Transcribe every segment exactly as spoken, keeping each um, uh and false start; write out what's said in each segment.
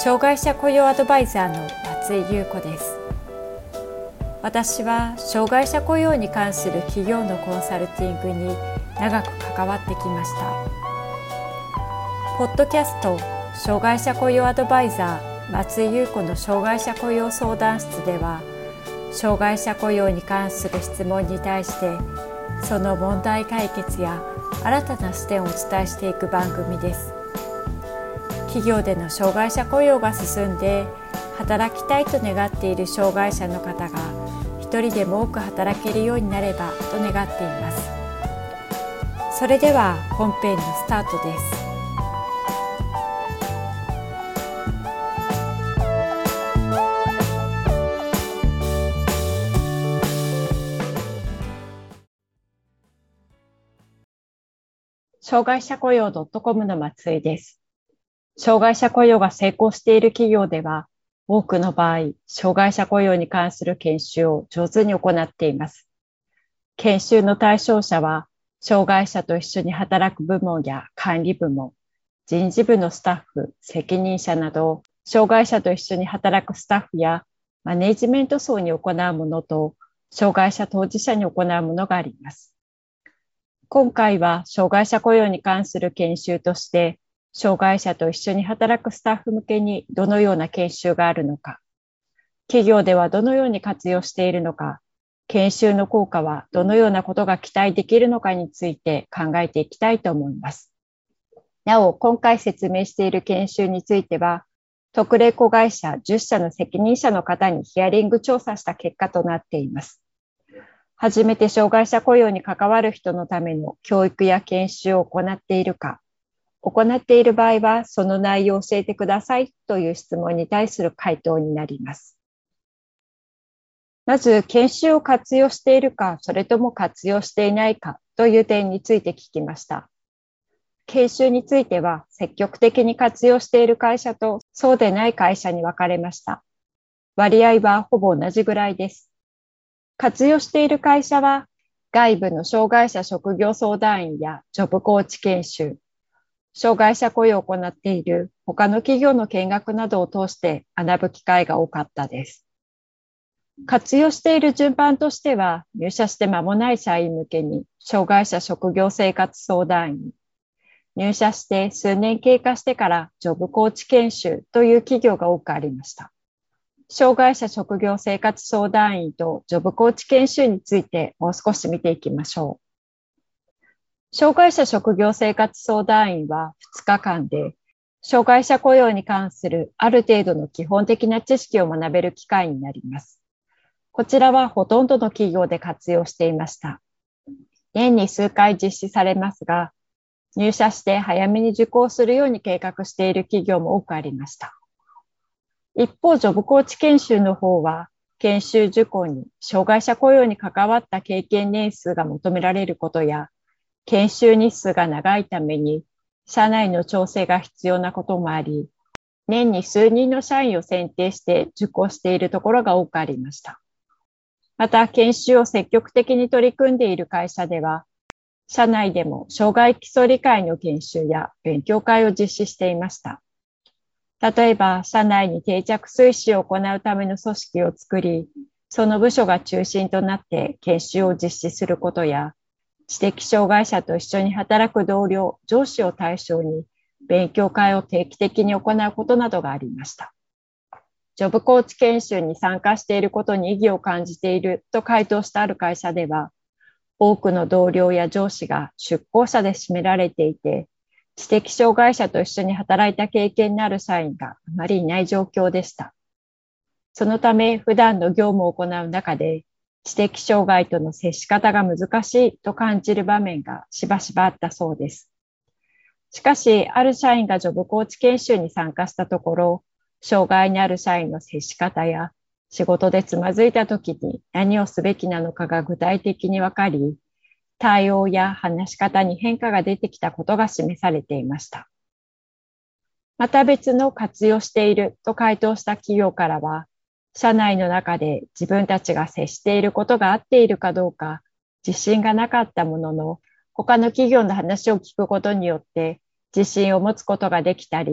障害者雇用アドバイザーの松井優子です。私は障害者雇用に関する企業のコンサルティングに長く関わってきました。ポッドキャスト障害者雇用アドバイザー松井優子の障害者雇用相談室では、障害者雇用に関する質問に対してその問題解決や新たな視点をお伝えしていく番組です。企業での障害者雇用が進んで働きたいと願っている障害者の方が一人でも多く働けるようになればと願っています。それでは本編のスタートです。障害者雇用 .com の松井です。障害者雇用が成功している企業では、多くの場合、障害者雇用に関する研修を上手に行っています。研修の対象者は、障害者と一緒に働く部門や管理部門、人事部のスタッフ、責任者など、障害者と一緒に働くスタッフやマネジメント層に行うものと、障害者当事者に行うものがあります。今回は障害者雇用に関する研修として、障害者と一緒に働くスタッフ向けにどのような研修があるのか、企業ではどのように活用しているのか、研修の効果はどのようなことが期待できるのかについて考えていきたいと思います。なお、今回説明している研修については、特例子会社じゅっしゃの責任者の方にヒアリング調査した結果となっています。初めて障害者雇用に関わる人のための教育や研修を行っているか、行っている場合はその内容を教えてくださいという質問に対する回答になります。まず、研修を活用しているか、それとも活用していないかという点について聞きました。研修については積極的に活用している会社とそうでない会社に分かれました。割合はほぼ同じぐらいです。活用している会社は、外部の障害者職業相談員やジョブコーチ研修、障害者雇用を行っている他の企業の見学などを通して学ぶ機会が多かったです。活用している順番としては、入社して間もない社員向けに障害者職業生活相談員、入社して数年経過してからジョブコーチ研修という企業が多くありました。障害者職業生活相談員とジョブコーチ研修についてもう少し見ていきましょう。障害者職業生活相談員はふつかかんで、障害者雇用に関するある程度の基本的な知識を学べる機会になります。こちらはほとんどの企業で活用していました。年に数回実施されますが、入社して早めに受講するように計画している企業も多くありました。一方、ジョブコーチ研修の方は、研修受講に障害者雇用に関わった経験年数が求められることや、研修日数が長いために、社内の調整が必要なこともあり、年に数人の社員を選定して受講しているところが多くありました。また、研修を積極的に取り組んでいる会社では、社内でも障害基礎理解の研修や勉強会を実施していました。例えば、社内に定着推進を行うための組織を作り、その部署が中心となって研修を実施することや、知的障害者と一緒に働く同僚、上司を対象に勉強会を定期的に行うことなどがありました。ジョブコーチ研修に参加していることに意義を感じていると回答したある会社では、多くの同僚や上司が出向者で占められていて、知的障害者と一緒に働いた経験のある社員があまりいない状況でした。そのため、普段の業務を行う中で、知的障害との接し方が難しいと感じる場面がしばしばあったそうです。しかし、ある社員がジョブコーチ研修に参加したところ、障害のある社員の接し方や、仕事でつまずいた時に何をすべきなのかが具体的にわかり、対応や話し方に変化が出てきたことが示されていました。また別の活用していると回答した企業からは、社内の中で自分たちが接していることが合っているかどうか自信がなかったものの、他の企業の話を聞くことによって自信を持つことができたり、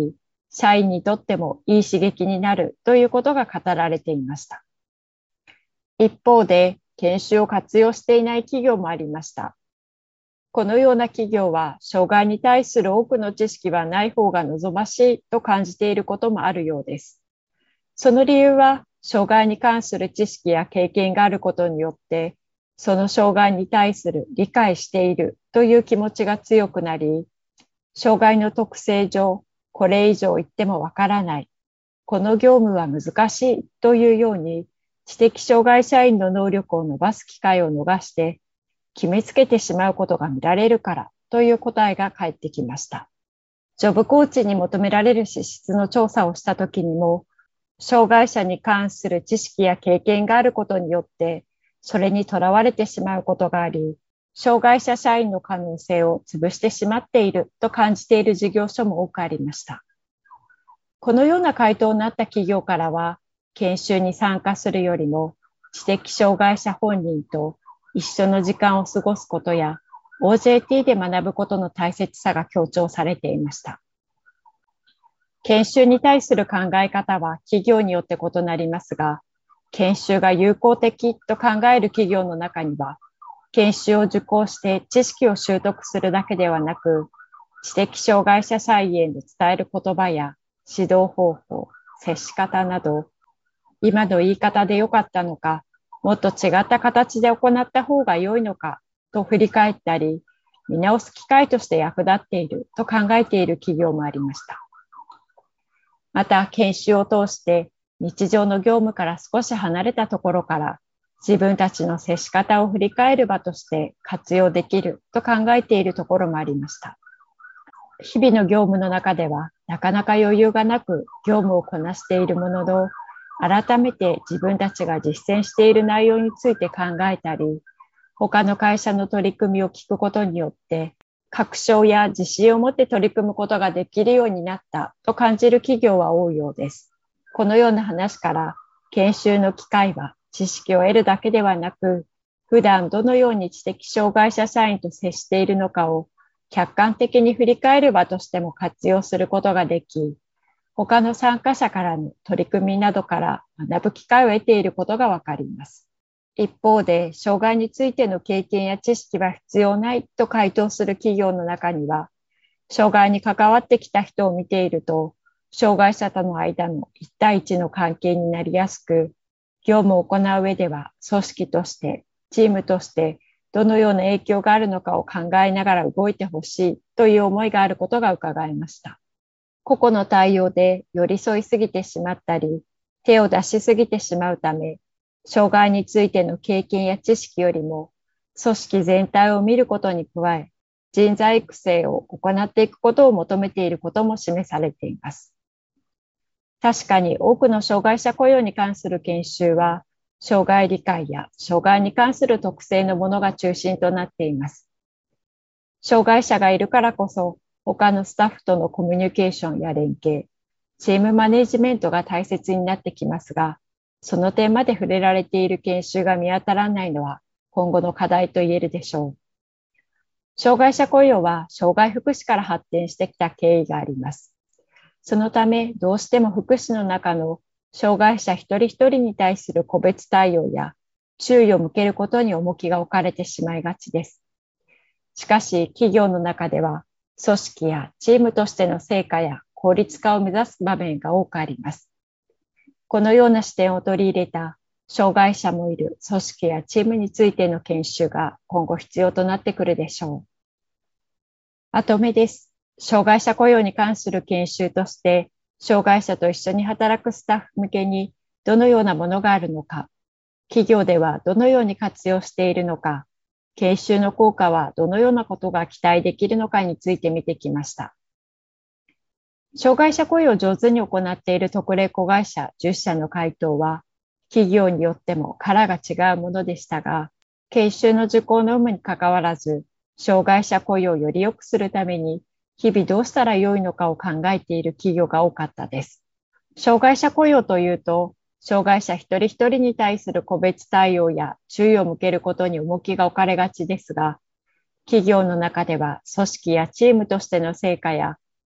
社員にとってもいい刺激になるということが語られていました。一方で、研修を活用していない企業もありました。このような企業は、障害に対する多くの知識はない方が望ましいと感じていることもあるようです。その理由は、障害に関する知識や経験があることによって、その障害に対する理解しているという気持ちが強くなり、障害の特性上、これ以上言ってもわからない、この業務は難しいというように、知的障害社員の能力を伸ばす機会を逃して、決めつけてしまうことが見られるからという答えが返ってきました。ジョブコーチに求められる資質の調査をしたときにも、障害者に関する知識や経験があることによって、それにとらわれてしまうことがあり、障害者社員の可能性を潰してしまっていると感じている事業所も多くありました。このような回答になった企業からは、研修に参加するよりも、知的障害者本人と一緒の時間を過ごすことや、オージェーティー で学ぶことの大切さが強調されていました。研修に対する考え方は企業によって異なりますが、研修が有効的と考える企業の中には、研修を受講して知識を習得するだけではなく、知的障害者社員への伝える言葉や指導方法、接し方など、今の言い方で良かったのか、もっと違った形で行った方が良いのかと振り返ったり、見直す機会として役立っていると考えている企業もありました。また、研修を通して日常の業務から少し離れたところから自分たちの接し方を振り返る場として活用できると考えているところもありました。日々の業務の中ではなかなか余裕がなく業務をこなしているものの、改めて自分たちが実践している内容について考えたり、他の会社の取り組みを聞くことによって、確証や自信を持って取り組むことができるようになったと感じる企業は多いようです。このような話から、研修の機会は知識を得るだけではなく、普段どのように知的障害者社員と接しているのかを客観的に振り返る場としても活用することができ、他の参加者からの取り組みなどから学ぶ機会を得ていることがわかります。一方で、障害についての経験や知識は必要ないと回答する企業の中には、障害に関わってきた人を見ていると、障害者との間の一対一の関係になりやすく、業務を行う上では組織として、チームとしてどのような影響があるのかを考えながら動いてほしいという思いがあることが伺えました。個々の対応で寄り添いすぎてしまったり、手を出しすぎてしまうため、障害についての経験や知識よりも、組織全体を見ることに加え、人材育成を行っていくことを求めていることも示されています。確かに多くの障害者雇用に関する研修は、障害理解や障害に関する特性のものが中心となっています。障害者がいるからこそ、他のスタッフとのコミュニケーションや連携、チームマネジメントが大切になってきますが、その点まで触れられている研修が見当たらないのは今後の課題と言えるでしょう。障害者雇用は障害福祉から発展してきた経緯があります。そのため、どうしても福祉の中の障害者一人一人に対する個別対応や注意を向けることに重きが置かれてしまいがちです。しかし、企業の中では、組織やチームとしての成果や効率化を目指す場面が多くあります。このような視点を取り入れた障害者もいる組織やチームについての研修が今後必要となってくるでしょう。まとめです。障害者雇用に関する研修として、障害者と一緒に働くスタッフ向けにどのようなものがあるのか、企業ではどのように活用しているのか、研修の効果はどのようなことが期待できるのかについて見てきました。障害者雇用を上手に行っている特例子会社じゅっしゃの回答は、企業によっても殻が違うものでしたが、研修の受講の有無にかかわらず、障害者雇用をより良くするために、日々どうしたら良いのかを考えている企業が多かったです。障害者雇用というと、障害者一人一人に対する個別対応や注意を向けることに重きが置かれがちですが、企業の中では組織やチームとしての成果や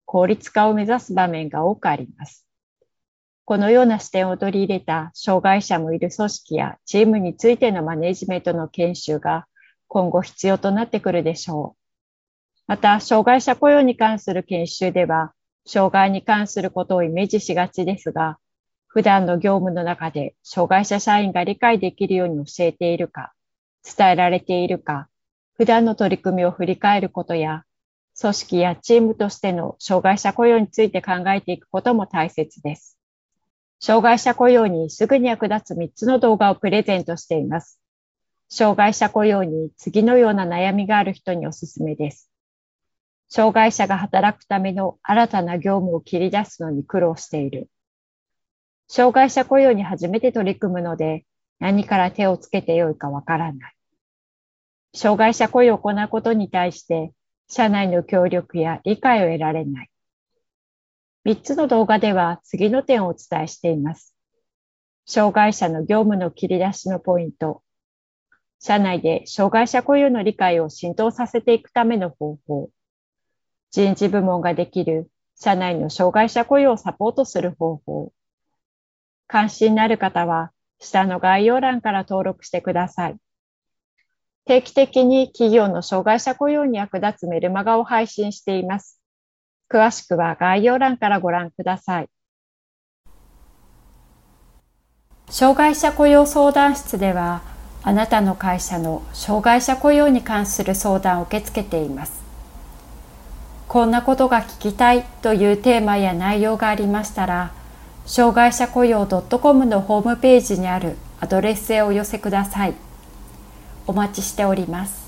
効率化を目指す場面が多くあります。このような視点を取り入れた障害者もいる組織やチームについてのマネジメントの研修が今後必要となってくるでしょう。また、障害者雇用に関する研修では、障害に関することをイメージしがちですが、普段の業務の中で障害者社員が理解できるように教えているか、伝えられているか、普段の取り組みを振り返ることや、組織やチームとしての障害者雇用について考えていくことも大切です。障害者雇用にすぐに役立つみっつの動画をプレゼントしています。障害者雇用に次のような悩みがある人におすすめです。障害者が働くための新たな業務を切り出すのに苦労している。障害者雇用に初めて取り組むので何から手をつけてよいかわからない。障害者雇用を行うことに対して社内の協力や理解を得られない。みっつの動画では次の点をお伝えしています。障害者の業務の切り出しのポイント。社内で障害者雇用の理解を浸透させていくための方法。人事部門ができる社内の障害者雇用をサポートする方法。関心のある方は下の概要欄から登録してください。定期的に企業の障害者雇用に役立つメルマガを配信しています。詳しくは概要欄からご覧ください。障害者雇用相談室では、あなたの会社の障害者雇用に関する相談を受け付けています。こんなことが聞きたいというテーマや内容がありましたら、障害者雇用 .com のホームページにあるアドレスへお寄せください。お待ちしております。